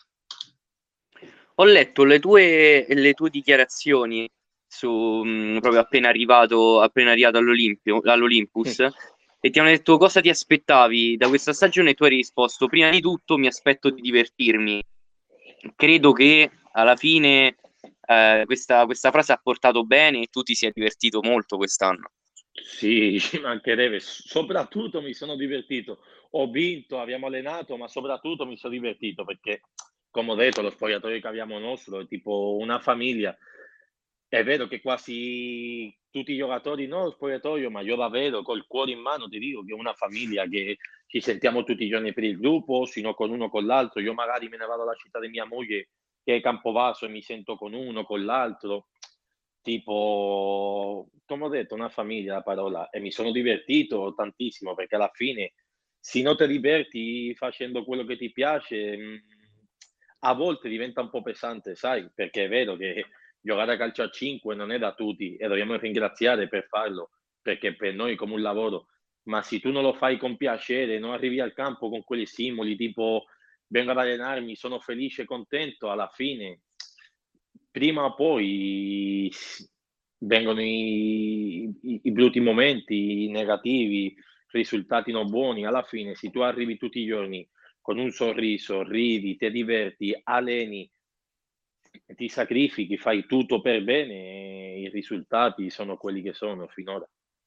Ho letto le tue, le tue dichiarazioni su, mh, proprio appena arrivato, appena arrivato all'Olimpio, all'Olympus e ti hanno detto cosa ti aspettavi da questa stagione e tu hai risposto prima di tutto mi aspetto di divertirmi. Credo che alla fine eh, questa, questa frase ha portato bene e tu ti sia divertito molto quest'anno. Sì, ci mancherebbe. Soprattutto mi sono divertito. Ho vinto, abbiamo allenato, ma soprattutto mi sono divertito perché, come ho detto, lo spogliatoio che abbiamo nostro è tipo una famiglia. È vero che quasi tutti i giocatori no, lo spogliatoio, ma io davvero col cuore in mano ti dico che è una famiglia che ci sentiamo tutti i giorni per il gruppo, sino con uno con l'altro. Io magari me ne vado alla città di mia moglie che è Campobasso e mi sento con uno, con l'altro. Tipo, come ho detto, una famiglia la parola e mi sono divertito tantissimo perché alla fine se non ti diverti facendo quello che ti piace, mh, a volte diventa un po' pesante, sai, perché è vero che giocare a calcio a cinque non è da tutti e dobbiamo ringraziare per farlo, perché per noi è come un lavoro, ma se tu non lo fai con piacere, non arrivi al campo con quegli stimoli, tipo vengo ad allenarmi, sono felice e contento, alla fine prima o poi vengono i, i, i brutti momenti, i negativi, risultati non buoni. Alla fine, se tu arrivi tutti i giorni con un sorriso, ridi, ti diverti, alleni, ti sacrifichi, fai tutto per bene, i risultati sono quelli che sono finora.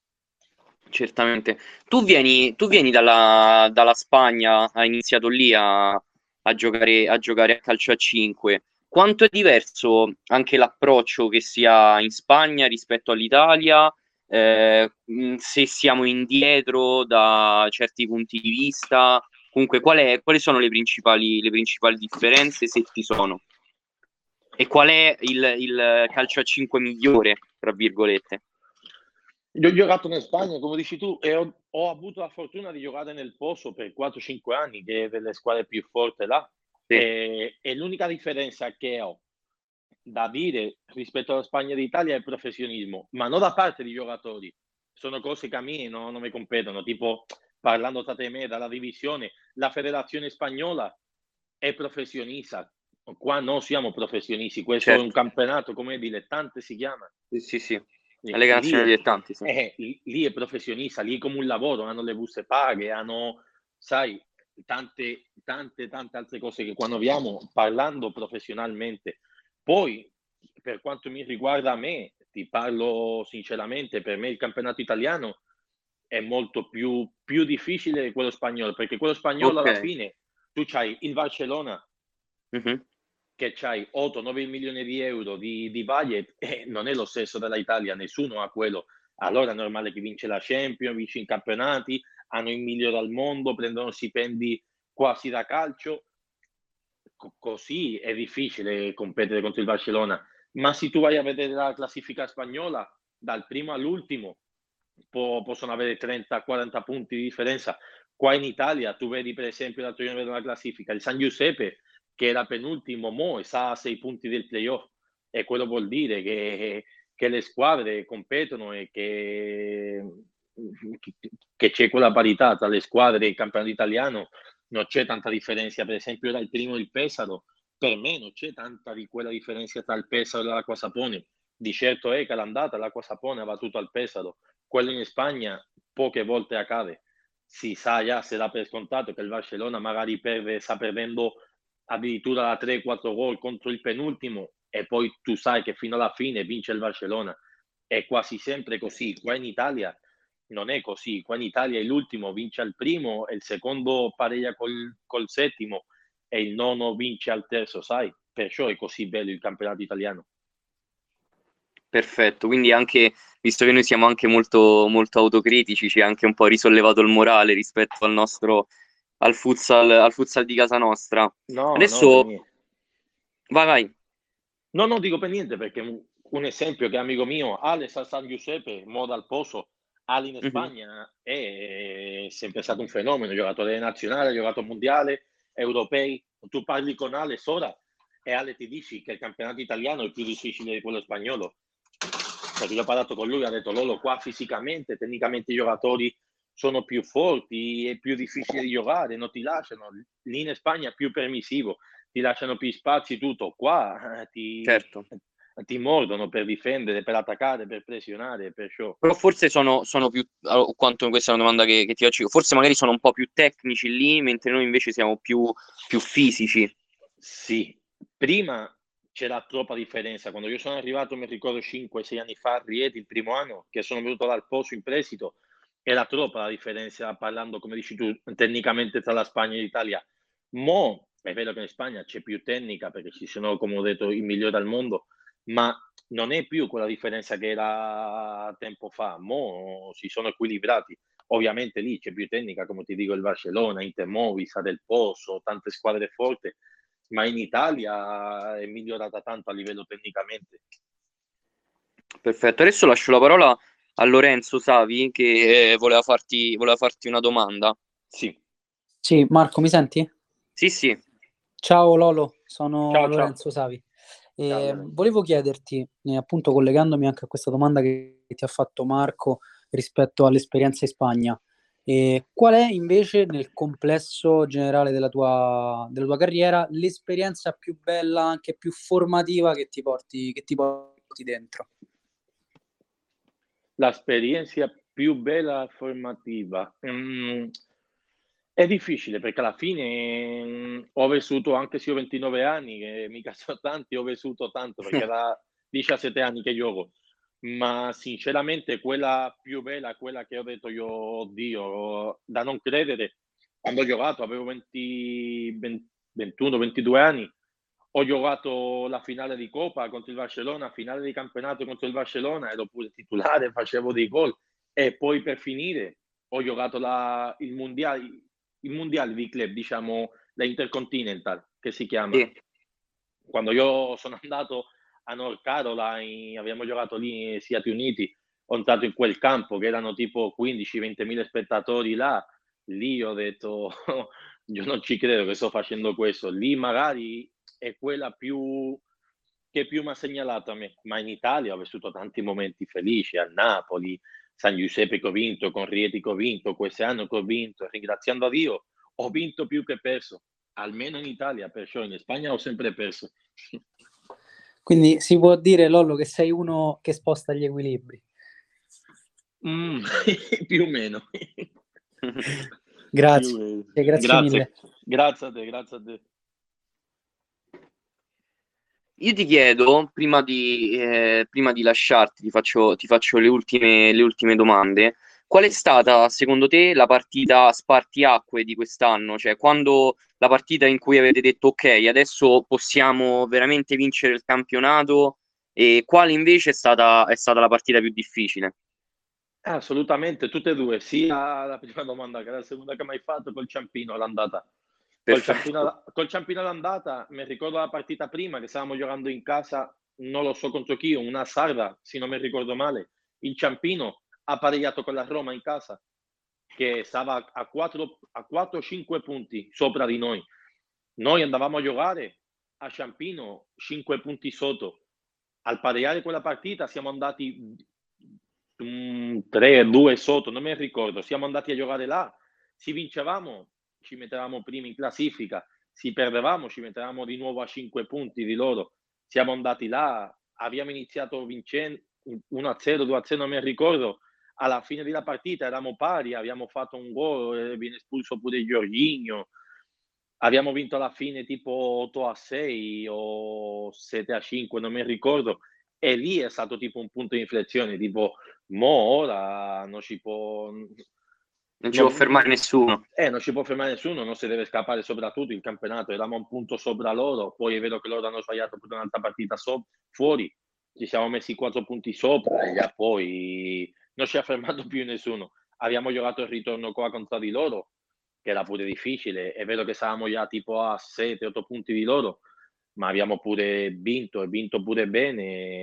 Certamente. Tu vieni, tu vieni dalla, dalla Spagna, hai iniziato lì a, a giocare, a giocare a calcio a cinque. Quanto è diverso anche l'approccio che si ha in Spagna rispetto all'Italia? Eh, mh, se siamo indietro da certi punti di vista? Comunque, qual è- quali sono le principali, le principali differenze, se ci sono? E qual è il, il calcio a cinque migliore, tra virgolette? Io ho giocato in Spagna, come dici tu, e ho, ho avuto la fortuna di giocare nel Pozo per quattro cinque anni, che è delle squadre più forti là. Sì. E, e l'unica differenza che ho da dire rispetto alla Spagna e all'Italia è il professionismo, ma non da parte di giocatori. Sono cose che a me no, non mi competono, tipo parlando tra te e me dalla divisione, la federazione spagnola è professionista, qua non siamo professionisti, questo è un Certo. campionato come dilettante si chiama. Sì, sì, sì. La Eh, Lega Lì Nazionale è, Dilettanti, sì. eh, lì è professionista, lì è come un lavoro, hanno le buste paghe, hanno, sai, tante, tante, tante altre cose che quando abbiamo parlando professionalmente. Poi, per quanto mi riguarda a me, ti parlo sinceramente, per me il campionato italiano è molto più, più difficile di quello spagnolo, perché quello spagnolo Ok. alla fine tu c'hai il Barcellona Mhm. che c'hai otto nove milioni di euro di, di budget e non è lo stesso dell'Italia, nessuno ha quello. Allora è normale che vince la Champions, vince i campionati, hanno il migliore al mondo, prendono stipendi quasi da calcio. Co- così è difficile competere contro il Barcellona. Ma se tu vai a vedere la classifica spagnola, dal primo all'ultimo, po- possono avere trenta quaranta punti di differenza. Qua in Italia, tu vedi per esempio l'altro giorno della classifica, il San Giuseppe, che era penultimo, mo e sta a sei punti del playoff. E quello vuol dire che, che le squadre competono e che, che c'è quella parità tra le squadre del campionato italiano. Non c'è tanta differenza, per esempio, dal primo il Pesaro, per me non c'è tanta di quella differenza tra il Pesaro e l'acqua Sapone. Di certo è che all'andata l'acqua Sapone ha battuto al Pesaro, quello in Spagna poche volte accade. Si sa già, se dà per scontato che il Barcellona magari perde, sta perdendo addirittura da tre quattro gol contro il penultimo e poi tu sai che fino alla fine vince il Barcellona. È quasi sempre così. Qua in Italia non è così. Qua in Italia l'ultimo vince al primo e il secondo pareggia col, col settimo e il nono vince al terzo, sai? Perciò è così bello il campionato italiano. Perfetto, quindi anche, visto che noi siamo anche molto, molto autocritici, ci ha anche un po' risollevato il morale rispetto al nostro, al futsal, al futsal di casa nostra. No, no, per Adesso, niente. vai, vai. No, non dico per niente perché un, un esempio che è amico mio, Alex a San Giuseppe, mo dal Pozo, Ali in Mhm. Spagna è sempre stato un fenomeno, ha giocato nelle nazionali, ha giocato mondiale, europei. Tu parli con Alex ora e Ale ti dici che il campionato italiano è più difficile di quello spagnolo. Perché io ho parlato con lui, ha detto Lolo, qua fisicamente, tecnicamente i giocatori sono più forti, è più difficile di giocare, non ti lasciano. Lì in Spagna è più permissivo, ti lasciano più spazi, tutto. Qua eh, ti, Certo. ti mordono per difendere, per attaccare, per pressionare, perciò. Però forse sono, sono più, allora, quanto questa è una domanda che, che ti faccio io, forse magari sono un po' più tecnici lì, mentre noi invece siamo più, più fisici. Sì, prima c'era troppa differenza. Quando io sono arrivato, mi ricordo cinque sei anni fa a Rieti, il primo anno, che sono venuto dal Pozo in prestito, era troppa la differenza, parlando, come dici tu, tecnicamente tra la Spagna e l'Italia. Mo' è vero che in Spagna c'è più tecnica, perché ci sono, come ho detto, i migliori al mondo, ma non è più quella differenza che era tempo fa. Mo' si sono equilibrati. Ovviamente lì c'è più tecnica, come ti dico, il Barcellona, Inter Movistar, del Pozo, tante squadre forti, ma in Italia è migliorata tanto a livello tecnicamente. Perfetto, adesso lascio la parola a Lorenzo Savi che eh, voleva farti, voleva farti una domanda. Sì, Sì, Marco, mi senti? Sì, sì. Ciao Lolo, sono ciao, ciao. Lorenzo Savi. E Ciao, Lorenzo. volevo chiederti, eh, appunto collegandomi anche a questa domanda che ti ha fatto Marco rispetto all'esperienza in Spagna, eh, qual è invece nel complesso generale della tua, della tua carriera l'esperienza più bella, anche più formativa che ti porti, che ti porti dentro? L'esperienza più bella formativa. Mm, è difficile perché alla fine mm, ho vissuto, anche se ho ventinove anni, che mica sono tanti, ho vissuto tanto perché da diciassette anni che gioco. Ma sinceramente quella più bella, quella che ho detto io, oddio, da non credere, quando ho giocato avevo venti, venti, ventuno ventidue anni, ho giocato la finale di Coppa contro il Barcellona, finale di campionato contro il Barcellona, ero pure titolare, facevo dei gol e poi per finire ho giocato la, il, mondiale, il mondiale di club, diciamo la Intercontinental, che si chiama. Sì. Quando io sono andato a North Carolina, abbiamo giocato lì negli Stati Uniti, ho entrato in quel campo che erano tipo quindici venti mila spettatori là, lì ho detto io non ci credo che sto facendo questo, lì magari è quella più che più mi ha segnalato a me, ma in Italia ho vissuto tanti momenti felici, a Napoli, San Giuseppe che ho vinto, con Rieti che ho vinto, quest'anno che ho vinto, ringraziando a Dio, ho vinto più che perso, almeno in Italia, perciò in Spagna ho sempre perso. Quindi si può dire, Lollo, che sei uno che sposta gli equilibri. Mm, più o meno. Grazie, Più o meno. grazie, Grazie, mille. grazie a te, grazie a te. Io ti chiedo, prima di, eh, prima di lasciarti, ti faccio, ti faccio le ultime, le ultime domande. Qual è stata, secondo te, la partita spartiacque di quest'anno? Cioè, quando la partita in cui avete detto ok, adesso possiamo veramente vincere il campionato, e quale invece è stata, è stata la partita più difficile? Assolutamente, tutte e due, sia la prima domanda che la seconda che mi hai fatto col Ciampino l'andata. Col Perfetto. Ciampino, col Ciampino l'andata, mi ricordo la partita prima che stavamo giocando in casa, non lo so contro chi, una Sarda, se non mi ricordo male. Il Ciampino ha pareggiato con la Roma in casa, che stava a quattro cinque punti sopra di noi. Noi andavamo a giocare a Ciampino cinque punti sotto. Al pareggiare quella partita siamo andati tre due sotto, non mi ricordo. Siamo andati a giocare là, se vincevamo ci mettevamo primi in classifica, se perdevamo ci mettevamo di nuovo a cinque punti di loro. Siamo andati là, abbiamo iniziato vincendo uno a zero, due a zero, non mi ricordo. Alla fine della partita eravamo pari, abbiamo fatto un gol, viene espulso pure Jorginho. Abbiamo vinto alla fine tipo otto a sei o sette a cinque, non mi ricordo. E lì è stato tipo un punto di inflessione, tipo mo ora non ci può Non ci può fermare nessuno. Eh, non ci può fermare nessuno, non si deve scappare soprattutto il campionato, eravamo un punto sopra loro, poi è vero che loro hanno sbagliato pure un'altra partita so- fuori, ci siamo messi quattro punti sopra e già poi non ci ha fermato più nessuno. Abbiamo giocato il ritorno qua contro di loro, che era pure difficile, è vero che stavamo già tipo a sette otto punti di loro, ma abbiamo pure vinto e vinto pure bene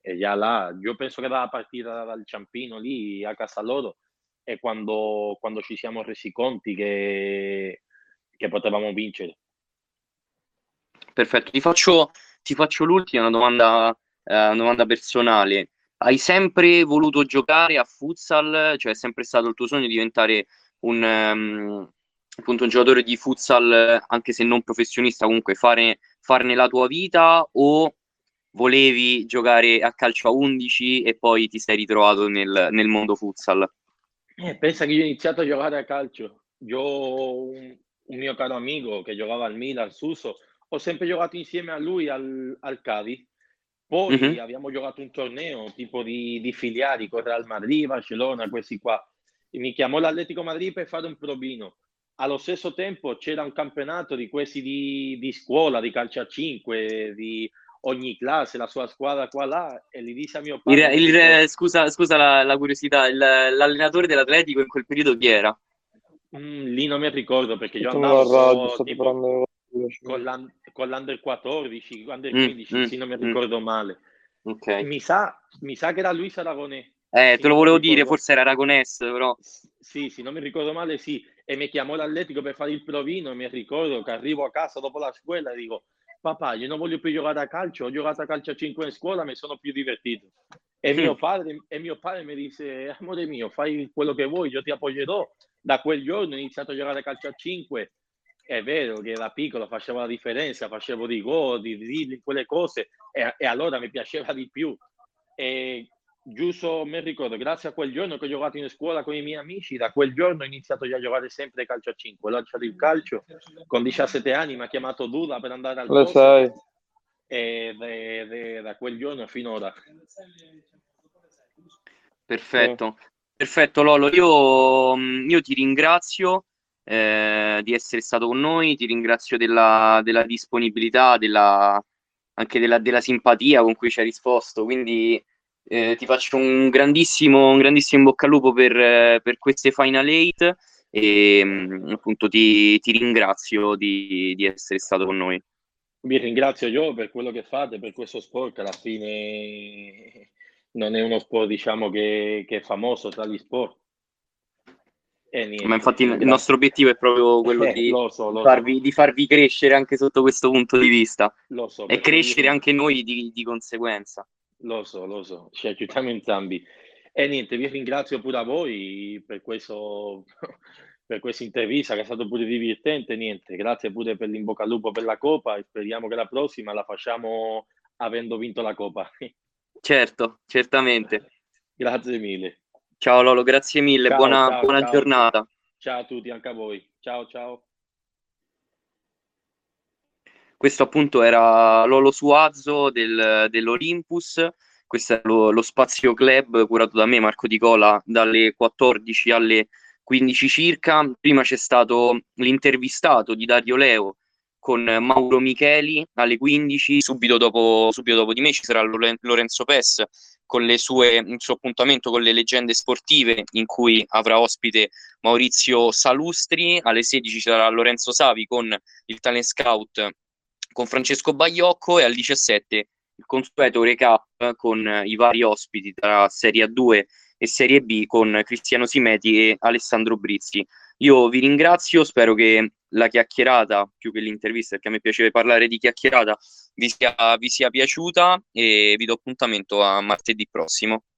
e già là, io penso che dalla partita dal Ciampino lì a casa loro è quando, quando ci siamo resi conti che, che potevamo vincere. Perfetto, ti faccio, ti faccio l'ultima una domanda, eh, una domanda personale. Hai sempre voluto giocare a futsal? Cioè è sempre stato il tuo sogno diventare un, ehm, appunto un giocatore di futsal, eh, anche se non professionista, comunque fare, farne la tua vita, o volevi giocare a calcio a undici e poi ti sei ritrovato nel, nel mondo futsal? Eh, pensa che io ho iniziato a giocare a calcio. Io ho un, un mio caro amico che giocava al Milan, Suso, ho sempre giocato insieme a lui al, al Cadi. Poi Mhm. abbiamo giocato un torneo tipo di, di filiali con Real Madrid, Barcellona, questi qua. E mi chiamò l'Atletico Madrid per fare un provino. Allo stesso tempo c'era un campionato di questi di, di scuola, di calcio a cinque, di ogni classe, la sua squadra qua là, e gli disse a mio Il, padre, mi il- ricordo, scusa, scusa la, la curiosità, il- l'allenatore dell'Atletico in quel periodo chi era? "Mm, lì non mi ricordo perché io Sentiamo la andavo radio, però state tipo parlando con l'un- con l'Under quattordici, Under Mm, quindici, mm, sì, non mi mm. ricordo male. Ok. Mi sa, mi sa che era Luis Aragonè, Eh, sì, te lo non mi volevo dire, ricordo. forse era Aragonés, però. S- Sì, sì, non mi ricordo male, sì. E mi chiamò l'Atletico per fare il provino e mi ricordo che arrivo a casa dopo la scuola e dico, papà, io non voglio più giocare a calcio, ho giocato a calcio a cinque in scuola, mi sono più divertito. E mio padre, e mio padre mi disse, amore mio, fai quello che vuoi, io ti appoggerò. Da quel giorno ho iniziato a giocare a calcio a cinque. È vero che da piccolo facevo la differenza, facevo di gol, di dribbling, quelle cose, e, e allora mi piaceva di più. E giusto mi ricordo, grazie a quel giorno che ho giocato in scuola con i miei amici, da quel giorno ho iniziato già a giocare sempre calcio a cinque. Ho lasciato il calcio, con diciassette anni mi ha chiamato Duda per andare al Lo posto sai, e de- de- da quel giorno fino ora. Perfetto, perfetto Lolo, io, mh, io ti ringrazio eh, di essere stato con noi, ti ringrazio della, della disponibilità, della, anche della, della simpatia con cui ci hai risposto, quindi eh, ti faccio un grandissimo, un grandissimo in bocca al lupo per, eh, per queste Final Eight e mh, appunto ti, ti ringrazio di, di essere stato con noi. Vi ringrazio io per quello che fate, per questo sport che alla fine non è uno sport, diciamo, che, che è famoso tra gli sport. E Ma niente, infatti il il ringrazio. nostro obiettivo è proprio quello Eh, di, lo so, di lo so, farvi, di farvi crescere anche sotto questo punto di vista lo so, e perciò vi crescere ring- anche noi di, di conseguenza. lo so, lo so, ci aiutiamo entrambi. E niente, vi ringrazio pure a voi per questo, per questa intervista che è stato pure divertente. Niente, grazie pure per l'in bocca al lupo per la Coppa e speriamo che la prossima la facciamo avendo vinto la Coppa. Certo, certamente. Grazie mille. Ciao Lolo, grazie mille, Ciao, buona, ciao, buona ciao. giornata. Ciao a tutti, anche a voi. Ciao, ciao. Questo appunto era Lolo Suazzo del, dell'Olympus, questo è lo, lo Spazio Club curato da me, Marco Di Cola, dalle quattordici alle quindici circa. Prima c'è stato l'intervistato di Dario Leo con Mauro Micheli alle quindici, subito dopo, subito dopo di me ci sarà Loren- Lorenzo Pes con le sue, il suo appuntamento con le leggende sportive in cui avrà ospite Maurizio Salustri, alle sedici ci sarà Lorenzo Savi con il talent scout con Francesco Baiocco e alle diciassette il consueto recap con i vari ospiti tra Serie A due e Serie B con Cristiano Simeti e Alessandro Brizzi. Io vi ringrazio, spero che la chiacchierata, più che l'intervista, perché a me piace parlare di chiacchierata, vi sia, vi sia piaciuta e vi do appuntamento a martedì prossimo.